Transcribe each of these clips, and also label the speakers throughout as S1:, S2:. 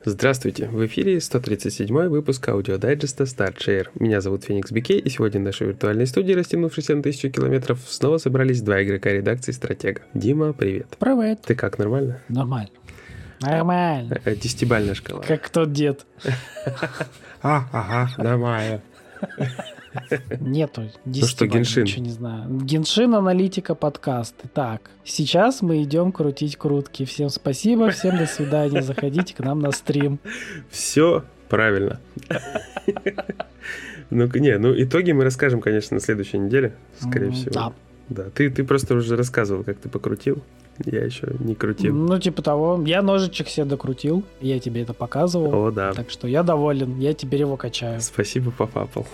S1: Здравствуйте! В эфире 137-й выпуск аудиодайджеста StartShare. Меня зовут Феникс Бикей, и сегодня в нашей виртуальной студии, растянувшейся на 1000 километров, снова собрались два игрока редакции «Стратега». Дима, привет.
S2: Привет.
S1: Ты как, нормально?
S2: Нормально. Нормально.
S1: 10-бальная шкала.
S2: Как тот дед.
S1: Ага, нормально.
S2: Нету 10.
S1: Ну что, Геншин?
S2: Ничего не знаю. Геншин аналитика подкаст. Итак, сейчас мы идем крутить крутки. Всем спасибо, всем до свидания. Заходите к нам на стрим.
S1: Все правильно. Ну, итоги мы расскажем, конечно, на следующей неделе, скорее всего. Да. Ты просто уже рассказывал, как ты покрутил. Я еще не крутил.
S2: Ну, типа того. Я ножичек себе докрутил. Я тебе это показывал.
S1: О, да.
S2: Так что я доволен. Я теперь его качаю.
S1: Спасибо, попапал.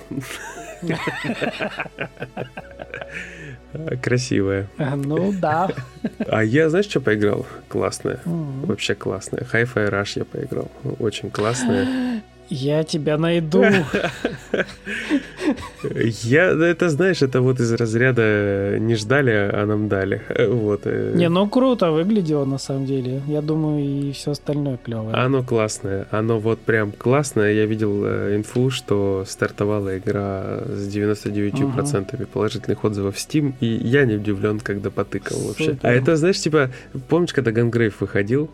S1: Красивая.
S2: Ну, да.
S1: А я, знаешь, что поиграл? Классная. Вообще классная. Hi-Fi Rush я поиграл. Очень классная.
S2: Я тебя найду.
S1: Это, знаешь, это вот из разряда не ждали, а нам дали. Вот.
S2: Не, ну круто выглядело на самом деле. Я думаю, и все остальное клевое.
S1: Оно классное. Оно вот прям классное. Я видел инфу, что стартовала игра с 99% положительных отзывов в Steam, и я не удивлен, когда потыкал вообще.
S2: Супер.
S1: А это, знаешь, типа, помнишь, когда Gungrave выходил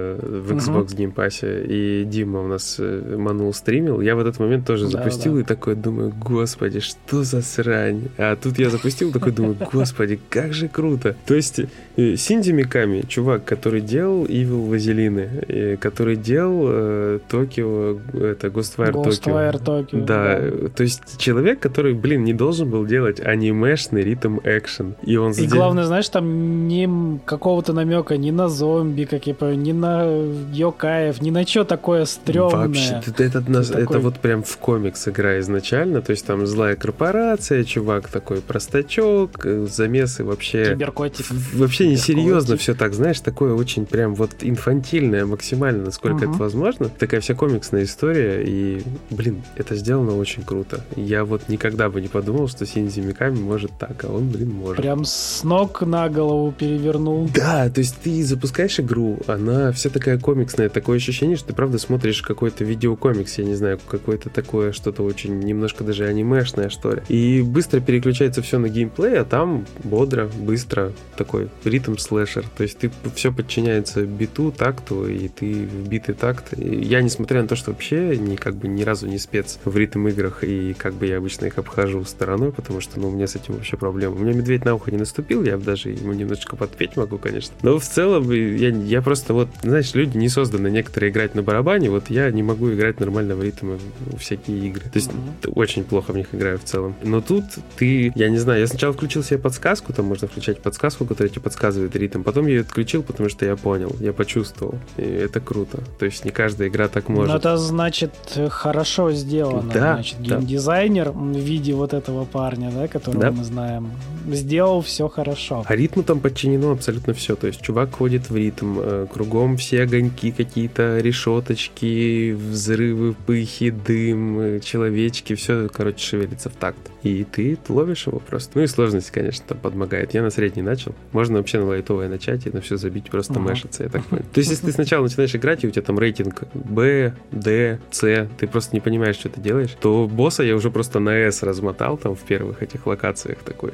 S1: в Xbox Game Pass, и Дима у нас манул стримил, я в этот момент тоже запустил и такой думаю, господи, что за срань. А тут я запустил, такой думаю, господи, как же круто. То есть Синдзи Миками, чувак, который делал Evil Вазелины, который делал Токио, это Ghostwire Tokyo. Да, то есть человек, который, не должен был делать анимешный ритм экшен. И
S2: главное, знаешь, там ни какого-то намека ни на зомби, как я понимаю, ни на йокаев, ни на что такое стрёмное.
S1: Вообще, это вот прям в комикс игра изначально, то есть там злая корпорация, чувак такой простачок, замесы вообще...
S2: Киберкотик.
S1: Вообще несерьезно все так, знаешь, такое очень прям вот инфантильное максимально, насколько это возможно. Такая вся комиксная история, и, это сделано очень круто. Я вот никогда бы не подумал, что Синдзи Миками может так, а он, может.
S2: Прям с ног на голову перевернул.
S1: Да, то есть ты запускаешь игру, она вся такая комиксная, такое ощущение, что ты правда смотришь какой-то видеокомикс, я не знаю, какое-то такое что-то очень немножко даже анимешное, что ли. И быстро переключается все на геймплей, а там бодро, быстро такой ритм-слэшер. То есть ты все подчиняется биту, такту, и ты в битый такт. И я, несмотря на то, что вообще ни разу не спец в ритм-играх, и я обычно их обхожу стороной, потому что, у меня с этим вообще проблема. У меня медведь на ухо не наступил, я даже ему немножечко подпеть могу, конечно. Но в целом я просто знаешь, люди не созданы некоторые играть на барабане, вот я не могу играть нормально в ритм в всякие игры. То есть очень плохо в них играю в целом. Но тут я не знаю, я сначала включил себе подсказку, там можно включать подсказку, которая тебе подсказывает ритм. Потом я ее отключил, потому что я понял, я почувствовал. И это круто. То есть не каждая игра так может.
S2: Но это значит хорошо сделано.
S1: Да,
S2: значит, геймдизайнер в виде вот этого парня, которого мы знаем, сделал все хорошо.
S1: А ритму там подчинено абсолютно все. То есть чувак ходит в ритм, кругом все огоньки какие-то, решеточки, взрывы, пыхи, дым, человечки, все, шевелится в такт. И ты ловишь его просто. И сложность, конечно, там подмогает. Я на средний начал. Можно вообще на лайтовое начать и на все забить, просто мэшиться, я так понял. То есть, если ты сначала начинаешь играть, и у тебя там рейтинг Б, Д, С, ты просто не понимаешь, что ты делаешь, то босса я уже просто на С размотал там в первых этих локациях. Такой,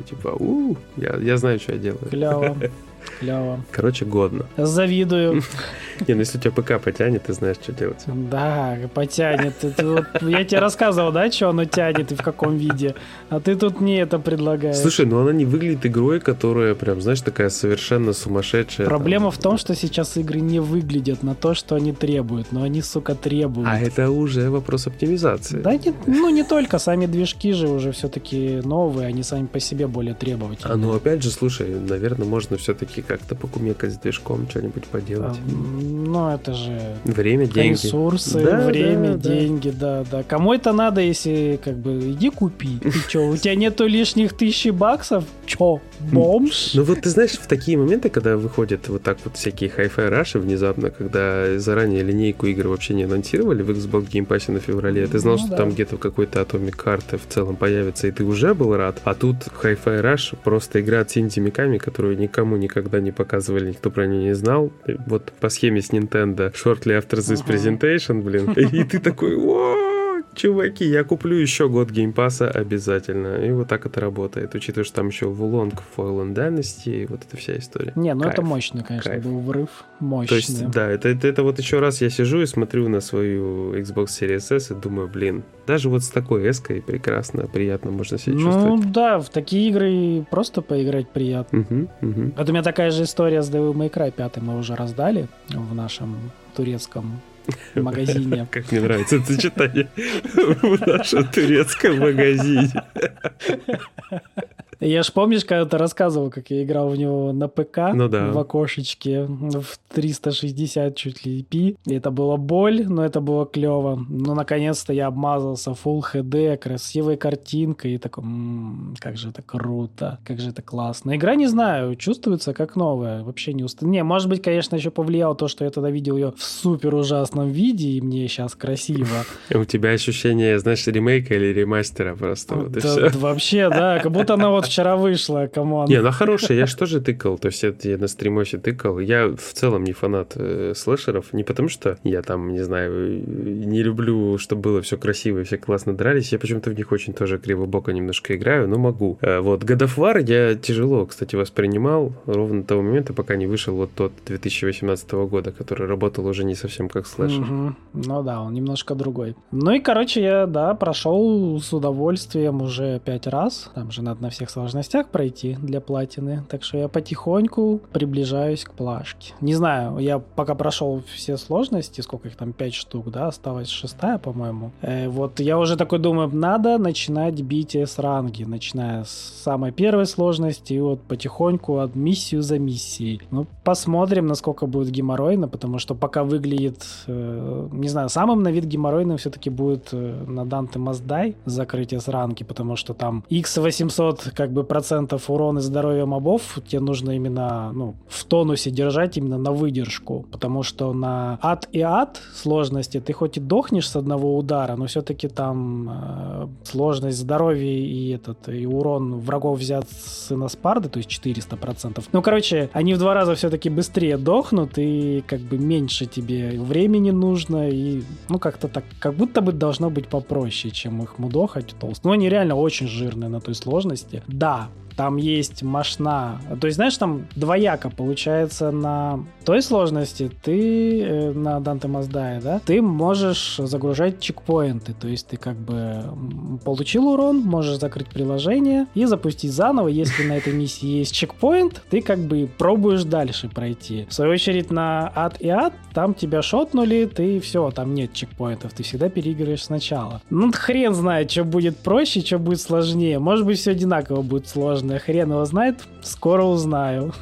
S1: я знаю, что я делаю.
S2: Клево.
S1: Годно.
S2: Завидую.
S1: Если у тебя ПК потянет, ты знаешь, что делать.
S2: Да, потянет. Я тебе рассказывал, что оно тянет и в каком виде. А ты тут мне это предлагаешь.
S1: Слушай, она не выглядит игрой, которая прям, знаешь, такая совершенно сумасшедшая.
S2: Проблема в том, что сейчас игры не выглядят на то, что они требуют. Но они, требуют.
S1: А это уже вопрос оптимизации.
S2: Да, не только. Сами движки же уже все-таки новые, они сами по себе более требовательные.
S1: Опять же, слушай, наверное, можно все-таки как-то покумекать с движком, что-нибудь поделать.
S2: Это же...
S1: Время, деньги.
S2: Ресурсы, деньги, да. Кому это надо, если, иди купи. Ты что, у тебя нету лишних $1000? Чё, бомж?
S1: Ты знаешь, в такие моменты, когда выходят вот так вот всякие Hi-Fi Rush внезапно, когда заранее линейку игр вообще не анонсировали в Xbox Game Pass на феврале, ты знал, что там где-то какой-то Atomic Heart в целом появится, и ты уже был рад, а тут Hi-Fi Rush просто игра от Синдзи Миками, которую никому никогда не показывали, никто про нее не знал. Вот по схеме теме с Nintendo shortly after this presentation, блин. И ты такой, чуваки, я куплю еще год геймпаса обязательно. И вот так это работает. Учитывая, что там еще Wulong, Fallen Dynasty и вот эта вся история.
S2: Не, ну кайф, это мощно, конечно, кайф. Был врыв. Мощный.
S1: То есть, да, это вот еще раз я сижу и смотрю на свою Xbox Series S и думаю, блин, даже вот с такой S-кой прекрасно, приятно можно себя чувствовать.
S2: Ну да, в такие игры просто поиграть приятно. Это у меня такая же история с Devil May Cry 5 мы уже раздали в нашем турецком магазине.
S1: Как мне нравится это сочетание. В нашем турецком магазине.
S2: Я ж помнишь, когда ты рассказывал, как я играл в него на ПК,
S1: ну, да.
S2: в окошечке, в 360 чуть ли пи. И это была боль, но это было клево. Но наконец-то я обмазался Full HD, красивой картинкой. И такой, как же это круто, как же это классно. Игра, не знаю, чувствуется как новая. Вообще не устала. Не, может быть, конечно, еще повлияло то, что я тогда видел ее в супер ужасном виде, и мне сейчас красиво.
S1: У тебя ощущение, знаешь, ремейка или ремастера просто. Вот и все.
S2: Вообще, да, как будто она вот вчера вышла, камон.
S1: Не, она хорошая, я же тоже тыкал, то есть я на стримосе тыкал. Я в целом не фанат слэшеров, не потому что я там, не знаю, не люблю, чтобы было все красиво и все классно дрались, я почему-то в них очень тоже кривобоко немножко играю, но могу. Вот, God of War я тяжело, кстати, воспринимал ровно до того момента, пока не вышел вот тот 2018 года, который работал уже не совсем как слэшер.
S2: Ну да, он немножко другой. Ну и, короче, я, да, прошел с удовольствием уже 5 раз, там же надо на всех сложностях пройти для платины, так что я потихоньку приближаюсь к плашке. Не знаю, я пока прошел все сложности, сколько их там, 5 штук, да, осталась 6-я, по-моему. Вот я уже такой думаю, надо начинать бить S-ранги, начиная с самой первой сложности и вот потихоньку от миссию за миссией. Ну, посмотрим, насколько будет геморройно, потому что пока выглядит, не знаю, самым на вид геморройным все-таки будет на Dante Must Die закрытие S-ранги, потому что там X800 как бы процентов урона и здоровья мобов тебе нужно именно, ну, в тонусе держать именно на выдержку, потому что на ад и ад сложности ты хоть и дохнешь с одного удара, но все-таки там сложность здоровья и урон врагов взят с Иноспарды, то есть 400%. Ну, короче, они в 2 раза все-таки быстрее дохнут, и как бы меньше тебе времени нужно, и, ну, как-то так, как будто бы должно быть попроще, чем их мудохать толсто. Но они реально очень жирные на той сложности. Да, там есть мощна. То есть, знаешь, там двояко получается на той сложности ты на Dante Must Die, да, ты можешь загружать чекпоинты. То есть ты как бы получил урон, можешь закрыть приложение и запустить заново. Если на этой миссии есть чекпоинт, ты как бы пробуешь дальше пройти. В свою очередь на ад и ад там тебя шотнули, ты все, там нет чекпоинтов, ты всегда переигрываешь сначала. Ну, хрен знает, что будет проще, что будет сложнее. Может быть, все одинаково будет сложно. Хрен его знает, скоро узнаю.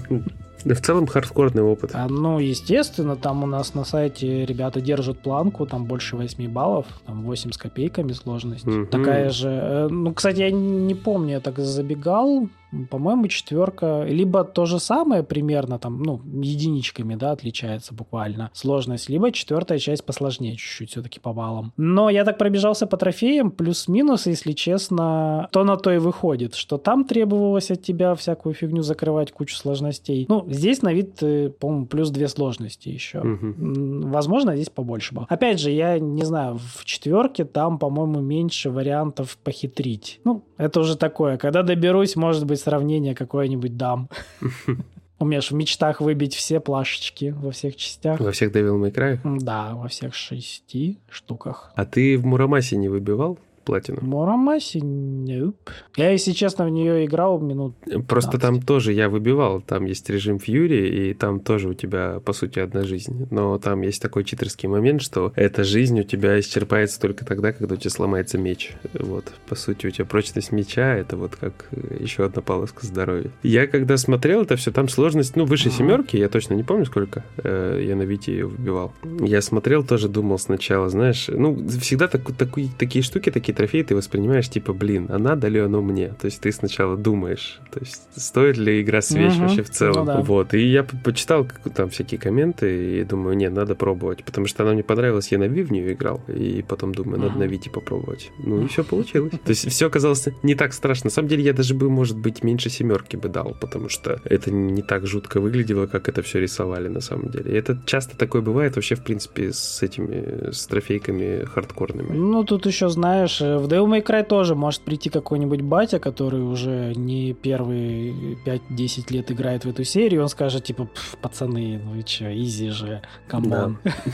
S1: Да, в целом хардкорный опыт.
S2: Ну, естественно, там у нас на сайте ребята держат планку, там больше 8 баллов, там 8 с копейками сложность. Такая же. Ну, кстати, я не помню, я так забегал. По-моему, 4, либо то же самое примерно, там, ну, единичками, да, отличается буквально сложность, либо 4 часть посложнее чуть-чуть все-таки по баллам. Но я так пробежался по трофеям, плюс-минус, если честно, то на то и выходит, что там требовалось от тебя всякую фигню закрывать, кучу сложностей. Ну, здесь на вид, по-моему, плюс 2 сложности еще. Возможно, здесь побольше было. Опять же, я не знаю, в 4 там, по-моему, меньше вариантов похитрить. Ну, это уже такое. Когда доберусь, может быть, сравнение какое-нибудь дам. Умеешь в мечтах выбить все плашечки во всех частях.
S1: Во всех Devil May Cry?
S2: Да, во всех 6 штуках.
S1: А ты в Мурамасе не выбивал платину?
S2: Мурамаси? Nope. Я, если честно, в нее играл минут 15.
S1: Просто там тоже я выбивал. Там есть режим Фьюри, и там тоже у тебя, по сути, одна жизнь. Но там есть такой читерский момент, что эта жизнь у тебя исчерпается только тогда, когда у тебя сломается меч. Вот. По сути, у тебя прочность меча — это вот как еще одна полоска здоровья. Я когда смотрел это все, там сложность, ну, выше 7, я точно не помню, сколько я на Вите ее выбивал. Я смотрел, тоже думал сначала, знаешь, ну, всегда такие штуки, такие трофей ты воспринимаешь типа, блин, а надо ли оно мне? То есть ты сначала думаешь, то есть стоит ли игра свеч вообще в целом.
S2: Ну, да.
S1: Вот, и я почитал там всякие комменты и думаю, не, надо пробовать, потому что она мне понравилась, я на Wii в нее играл, и потом думаю, надо на Vita попробовать. Ну и все получилось. То есть все оказалось не так страшно. На самом деле я даже бы, может быть, меньше 7 бы дал, потому что это не так жутко выглядело, как это все рисовали на самом деле. И это часто такое бывает вообще, в принципе, с трофейками хардкорными.
S2: Ну, тут еще, знаешь, в Devil May Cry тоже может прийти какой-нибудь батя, который уже не первые 5-10 лет играет в эту серию, он скажет, типа, пацаны, ну и че, изи же, камон.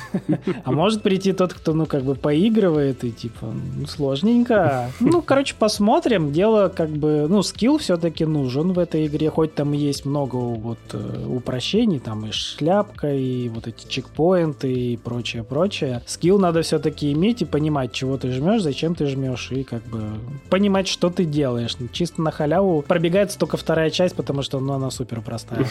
S2: А может прийти тот, кто, ну, как бы поигрывает и, типа, ну, сложненько. Ну, короче, посмотрим. Дело, как бы, ну, скилл все-таки нужен в этой игре, хоть там есть много вот упрощений, там и шляпка, и вот эти чекпоинты, и прочее. Скилл надо все-таки иметь и понимать, чего ты жмешь, зачем ты жмешь, и как бы понимать, что ты делаешь. Чисто на халяву пробегается только вторая часть, потому что, ну, она супер простая.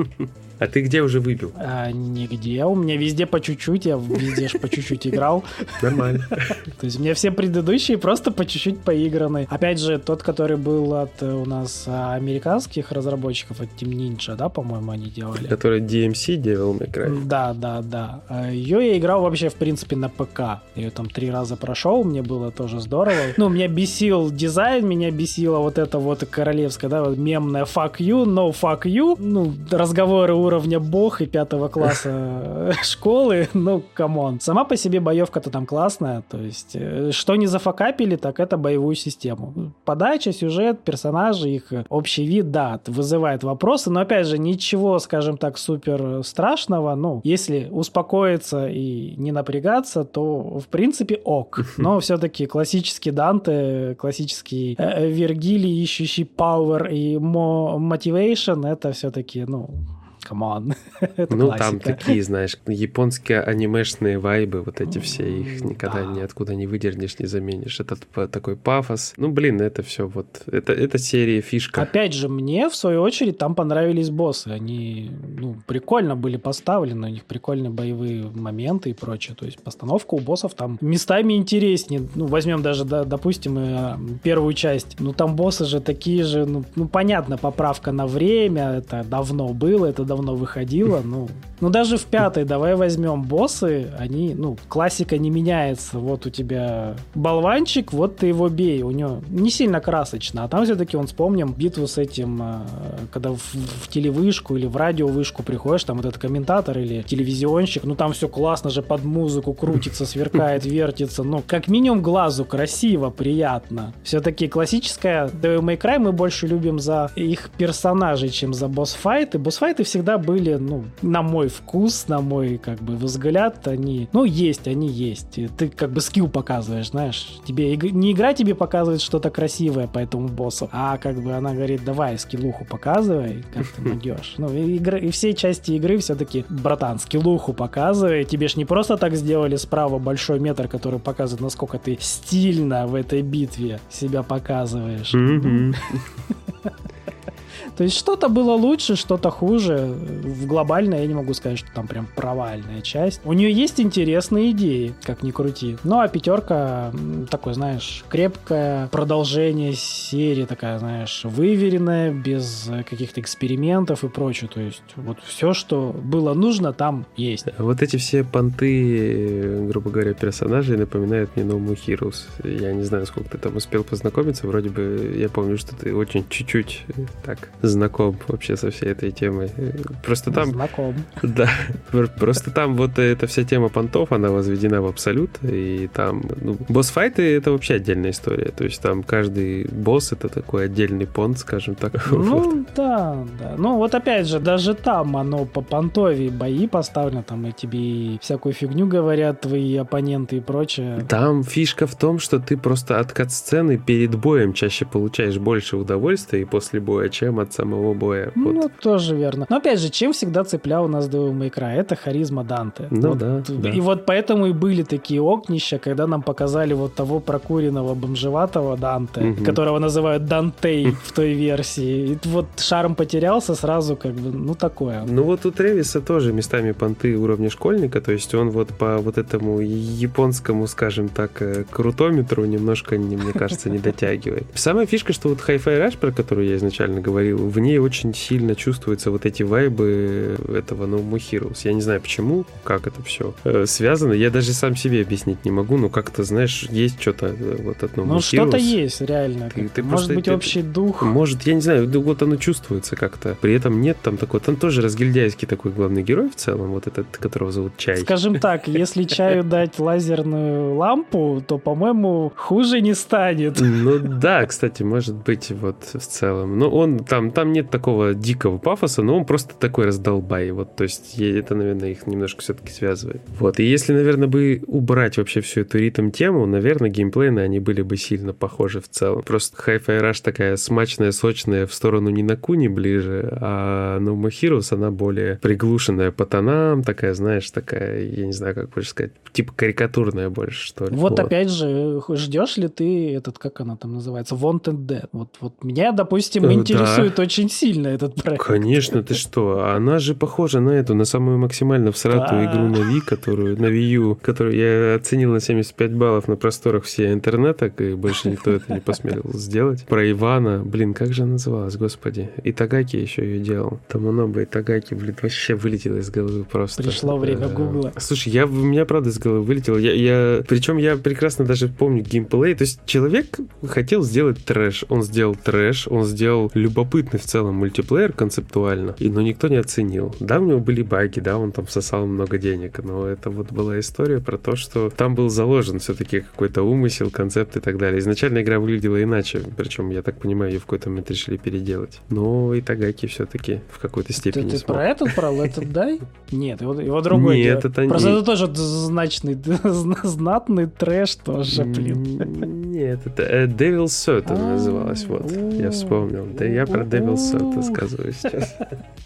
S1: А ты где уже выбил?
S2: Нигде. У меня везде по чуть-чуть, я везде по чуть-чуть играл.
S1: Нормально.
S2: То есть у меня все предыдущие просто по чуть-чуть поиграны. Опять же, тот, который был от у нас американских разработчиков, от Team Ninja, да, по-моему, они делали.
S1: Который DMC Devil May Cry.
S2: Да. Ее я играл вообще, в принципе, на ПК. Я ее там 3 раза прошел, мне было тоже здорово. Ну, меня бесил дизайн, меня бесила вот эта вот королевская, да, вот мемная fuck you, no fuck you. Ну, разговоры уровня бог и 5 класса школы, ну, камон. Сама по себе боевка-то там классная, то есть, что не зафакапили, так это боевую систему. Подача, сюжет, персонажи, их общий вид, да, вызывает вопросы, но, опять же, ничего, скажем так, супер страшного, ну, если успокоиться и не напрягаться, то, в принципе, ок. Но все-таки классический Данте, классический Вергилий, ищущий power и motivation, это все-таки, ну... Камон.
S1: Ну, классика. Там такие, знаешь, японские анимешные вайбы, вот эти все, их никогда ниоткуда не выдернешь, не заменишь. Это такой пафос. Ну, блин, это все вот... Это серия фишка.
S2: Опять же, мне, в свою очередь, там понравились боссы. Они, ну, прикольно были поставлены, у них прикольные боевые моменты и прочее. То есть постановка у боссов там местами интереснее. Ну, возьмем даже, допустим, первую часть. Ну, там боссы же такие же, ну, понятно, поправка на время, это давно было, это давно выходило, ну даже в 5-й давай возьмем боссы, они, ну, классика не меняется, вот у тебя болванчик, вот ты его бей, у него не сильно красочно, а там все-таки, вспомним битву с этим, когда в телевышку или в радиовышку приходишь, там вот этот комментатор или телевизионщик, ну там все классно же под музыку крутится, сверкает, вертится, ну, как минимум глазу красиво, приятно. Все-таки классическая Devil May Cry мы больше любим за их персонажей, чем за босс-файты. Босс-файты всегда были, ну, на мой вкус, на мой, как бы, взгляд, они есть. Ты, как бы, скилл показываешь, знаешь. Тебе не игра тебе показывает что-то красивое по этому боссу, а, как бы, она говорит, давай скиллуху показывай, как ты могешь. Ну, и все части игры все-таки, братан, скиллуху показывай. Тебе ж не просто так сделали справа большой метр, который показывает, насколько ты стильно в этой битве себя показываешь. То есть что-то было лучше, что-то хуже. В глобально я не могу сказать, что там прям провальная часть. У нее есть интересные идеи, как ни крути. Ну, а 5 такое, знаешь, крепкое продолжение серии, такая, знаешь, выверенная, без каких-то экспериментов и прочее. То есть вот все, что было нужно, там есть.
S1: Вот эти все понты, грубо говоря, персонажей напоминают мне No More Heroes. Я не знаю, сколько ты там успел познакомиться. Вроде бы я помню, что ты очень чуть-чуть так знаком вообще со всей этой темой. Просто там...
S2: Знаком.
S1: Да. Просто там вот эта вся тема понтов, она возведена в абсолют, и там... Ну, босс-файты — это вообще отдельная история. То есть там каждый босс — это такой отдельный понт, скажем так.
S2: Ну,
S1: вот.
S2: да. Ну, вот опять же, даже там оно по понтове бои поставлено, там и тебе всякую фигню говорят твои оппоненты и прочее.
S1: Там фишка в том, что ты просто от кат-сцены перед боем чаще получаешь больше удовольствия и после боя, чем от самого боя.
S2: Ну,
S1: вот.
S2: тоже верно. Но опять же, чем всегда цеплял нас Devil May Cry? Это харизма Данте.
S1: Ну
S2: вот,
S1: да.
S2: И вот поэтому и были такие окнища, когда нам показали вот того прокуренного бомжеватого Данте, которого называют Дантей в той версии. И вот шарм потерялся сразу, как бы, ну такое.
S1: Ну вот у Тревиса тоже местами понты уровня школьника, то есть он вот по вот этому японскому, скажем так, крутометру немножко, мне кажется, не дотягивает. Самая фишка, что вот Hi-Fi Rush, про которую я изначально говорил, в ней очень сильно чувствуются вот эти вайбы этого No More Heroes. Я не знаю почему, как это все связано. Я даже сам себе объяснить не могу, но как-то, знаешь, есть что-то вот от No More Heroes.
S2: Ну что-то есть, реально.
S1: Ты
S2: может быть, общий дух.
S1: Может, я не знаю, вот оно чувствуется как-то. При этом нет там такой... Там тоже разгильдяйский такой главный герой в целом, вот этот, которого зовут Чай.
S2: Скажем так, если Чаю дать лазерную лампу, то, по-моему, хуже не станет.
S1: Ну да, кстати, может быть, вот в целом. Но он там нет такого дикого пафоса, но он просто такой раздолбай. Вот, то есть это, наверное, их немножко все-таки связывает. Вот, и если, наверное, бы убрать вообще всю эту ритм-тему, наверное, геймплейно они были бы сильно похожи в целом. Просто Hi-Fi Rush такая смачная, сочная, в сторону Нинокуни ближе, а No More Heroes, она более приглушенная по тонам, такая, знаешь, такая, я не знаю, как больше сказать, типа карикатурная больше, что ли.
S2: Вот опять же, ждешь ли ты этот, как она там называется, Wanted Dead? Вот меня, допустим, интересует очень сильно этот проект.
S1: Конечно, ты что? Она же похожа на эту, на самую максимально всратую игру на Wii, на Wii U, которую я оценил на 75 баллов на просторах всей интернета, и больше никто это не посмел сделать. Про Ивана, блин, как же она называлась, господи. Итагаки еще ее делал. Там оно бы Итагаки, блин, вообще вылетело из головы просто.
S2: Пришло время Гугла.
S1: Слушай, у меня правда из головы вылетело. Причем я прекрасно даже помню геймплей. То есть человек хотел сделать трэш. Он сделал любопытный в целом мультиплеер концептуально, но никто не оценил. Да, у него были баги, да, он там всосал много денег, но это вот была история про то, что там был заложен все-таки какой-то умысел, концепт и так далее. Изначально игра выглядела иначе, причем, я так понимаю, ее в какой-то момент решили переделать. Но Итагаки все-таки в какой-то степени
S2: Ты про этот, про Let It Die? Нет, его другой.
S1: Нет, это не...
S2: Просто это тоже знатный трэш тоже, блин.
S1: Нет, это Devil's Third она называлась, вот. Я вспомнил. Да я про Devil's Third рассказываю сейчас.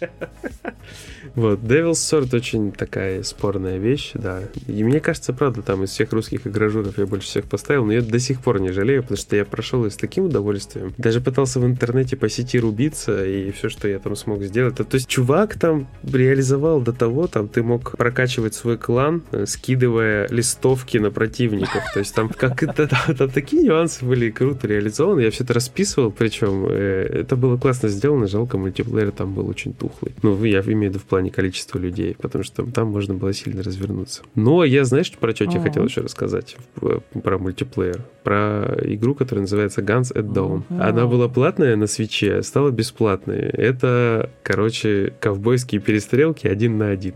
S1: Вот, Devil's Third очень такая спорная вещь, да. И мне кажется, правда, там из всех русских игражуров я больше всех поставил, но я до сих пор не жалею, потому что я прошел их с таким удовольствием. Даже пытался в интернете по сети рубиться, и все, что я там смог сделать. То есть чувак там реализовал до того, там ты мог прокачивать свой клан, скидывая листовки на противников. То есть там как это, там такие нюансы были круто реализованы. Я все это расписывал, причем это было классно сделано, жалко, мультиплеер там был очень тухлый. Ну, я имею в виду в плане количества людей, потому что там можно было сильно развернуться. Но я, знаешь, про что тебе хотел еще рассказать? Про мультиплеер. Про игру, которая называется Guns at Dawn. Она была платная на Свитче, стала бесплатной. Это, короче, ковбойские перестрелки 1 на 1.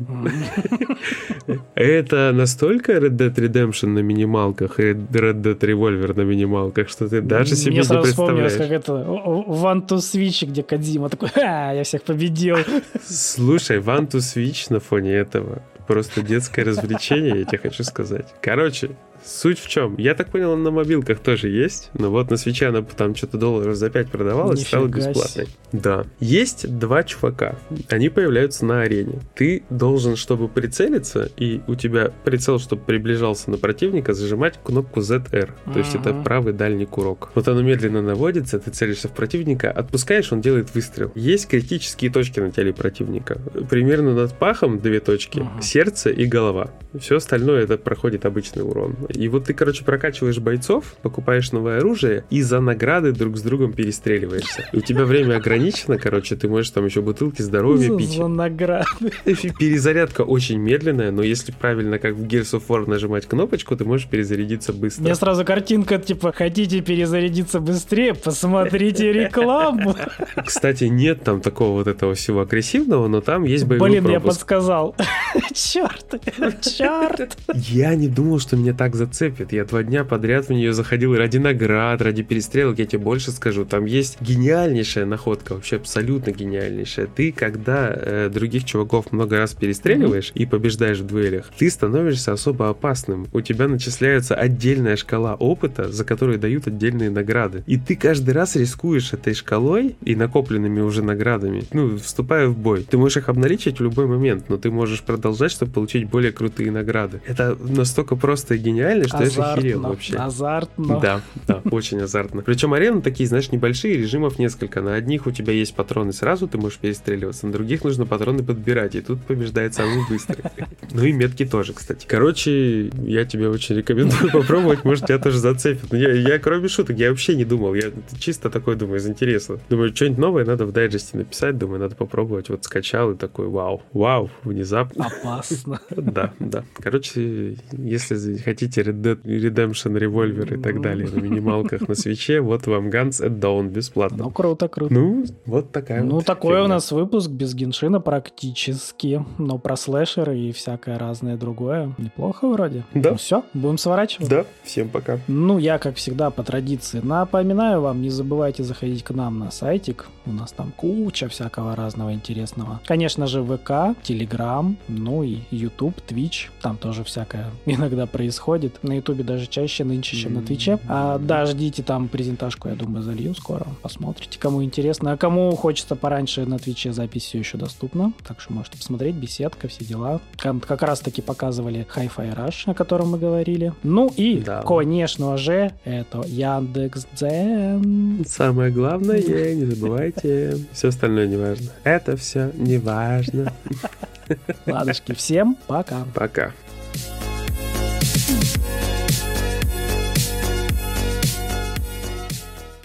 S1: Это настолько Red Dead Redemption на минималках и Red Dead Revolver на минималках, что ты даже себе не представляешь.
S2: Мне сразу вспомнилось, как это One to Switch, где Кодзима такой, я всех победил.
S1: Слушай, One to Switch на фоне этого просто детское развлечение, я тебе хочу сказать. Короче, суть в чем? Я так понял, на мобилках тоже есть, но вот на свитче она там что-то долларов за 5 продавалась, стала бесплатной. Да. Есть 2 чувака. Они появляются на арене. Ты должен, чтобы прицелиться, и у тебя прицел, чтобы приближался на противника, зажимать кнопку ZR. То есть это правый дальний курок. Вот оно медленно наводится, ты целишься в противника, отпускаешь, он делает выстрел. Есть критические точки на теле противника. Примерно над пахом 2 точки, сердце и голова. Все остальное это проходит обычный урон. И вот ты, короче, прокачиваешь бойцов, покупаешь новое оружие и за награды друг с другом перестреливаешься. И у тебя время ограничено, короче, ты можешь там еще бутылки здоровья пить.
S2: За награды.
S1: Перезарядка очень медленная, но если правильно, как в Gears of War, нажимать кнопочку, ты можешь перезарядиться быстро.
S2: У меня сразу картинка, типа, хотите перезарядиться быстрее, посмотрите рекламу.
S1: Кстати, нет там такого вот этого всего агрессивного, но там есть боевой пропуск.
S2: Блин, я подсказал. Черт, Чёрт!
S1: Я не думал, что меня так зацепит. Я 2 дня подряд в нее заходил ради наград, ради перестрелок. Я тебе больше скажу, там есть гениальнейшая находка, вообще абсолютно гениальнейшая. Ты, когда других чуваков много раз перестреливаешь и побеждаешь в дуэлях, ты становишься особо опасным. У тебя начисляется отдельная шкала опыта, за которую дают отдельные награды. И ты каждый раз рискуешь этой шкалой и накопленными уже наградами, вступая в бой. Ты можешь их обналичить в любой момент, но ты можешь продолжать, чтобы получить более крутые награды. Это настолько просто и гениально, что я же охерел вообще.
S2: Азартно.
S1: Да, очень азартно. Причем арены такие, знаешь, небольшие, режимов несколько. На одних у тебя есть патроны сразу, ты можешь перестреливаться, на других нужно патроны подбирать, и тут побеждает самый быстрый. Ну и метки тоже, кстати. Короче, я тебе очень рекомендую попробовать, может, тебя тоже зацепит. Я кроме шуток, я вообще не думал, я чисто такой думаю, из интереса. Думаю, что-нибудь новое надо в дайджесте написать, думаю, надо попробовать. Вот скачал и такой, вау, внезапно.
S2: Опасно.
S1: Да. Короче, если хотите Red Dead Redemption, Revolver и так далее на минималках на свече, вот вам Guns at Dawn бесплатно.
S2: Ну, круто.
S1: Вот такая вот.
S2: Ну, такой у нас выпуск без Геншина практически. Но про слэшеры и всякое разное другое. Неплохо вроде.
S1: Да.
S2: Ну все, будем сворачивать.
S1: Да, всем пока.
S2: Ну, я, как всегда, по традиции напоминаю вам, не забывайте заходить к нам на сайтик. У нас там куча всякого разного интересного. Конечно же, ВК, Телеграм, ну и YouTube, Twitch. Там тоже всякое иногда происходит. На Ютубе даже чаще нынче, чем на Твиче. Да, ждите там презентажку, я думаю, залью скоро. Посмотрите, кому интересно. А кому хочется пораньше, на Твиче запись все еще доступна. Так что можете посмотреть, беседка, все дела. Как раз таки показывали Hi-Fi Rush, о котором мы говорили. Ну и, конечно же, это Яндекс.Дзен.
S1: Самое главное, не забывайте. Все остальное не важно. Это все не важно.
S2: Ладушки, всем пока.
S1: Пока.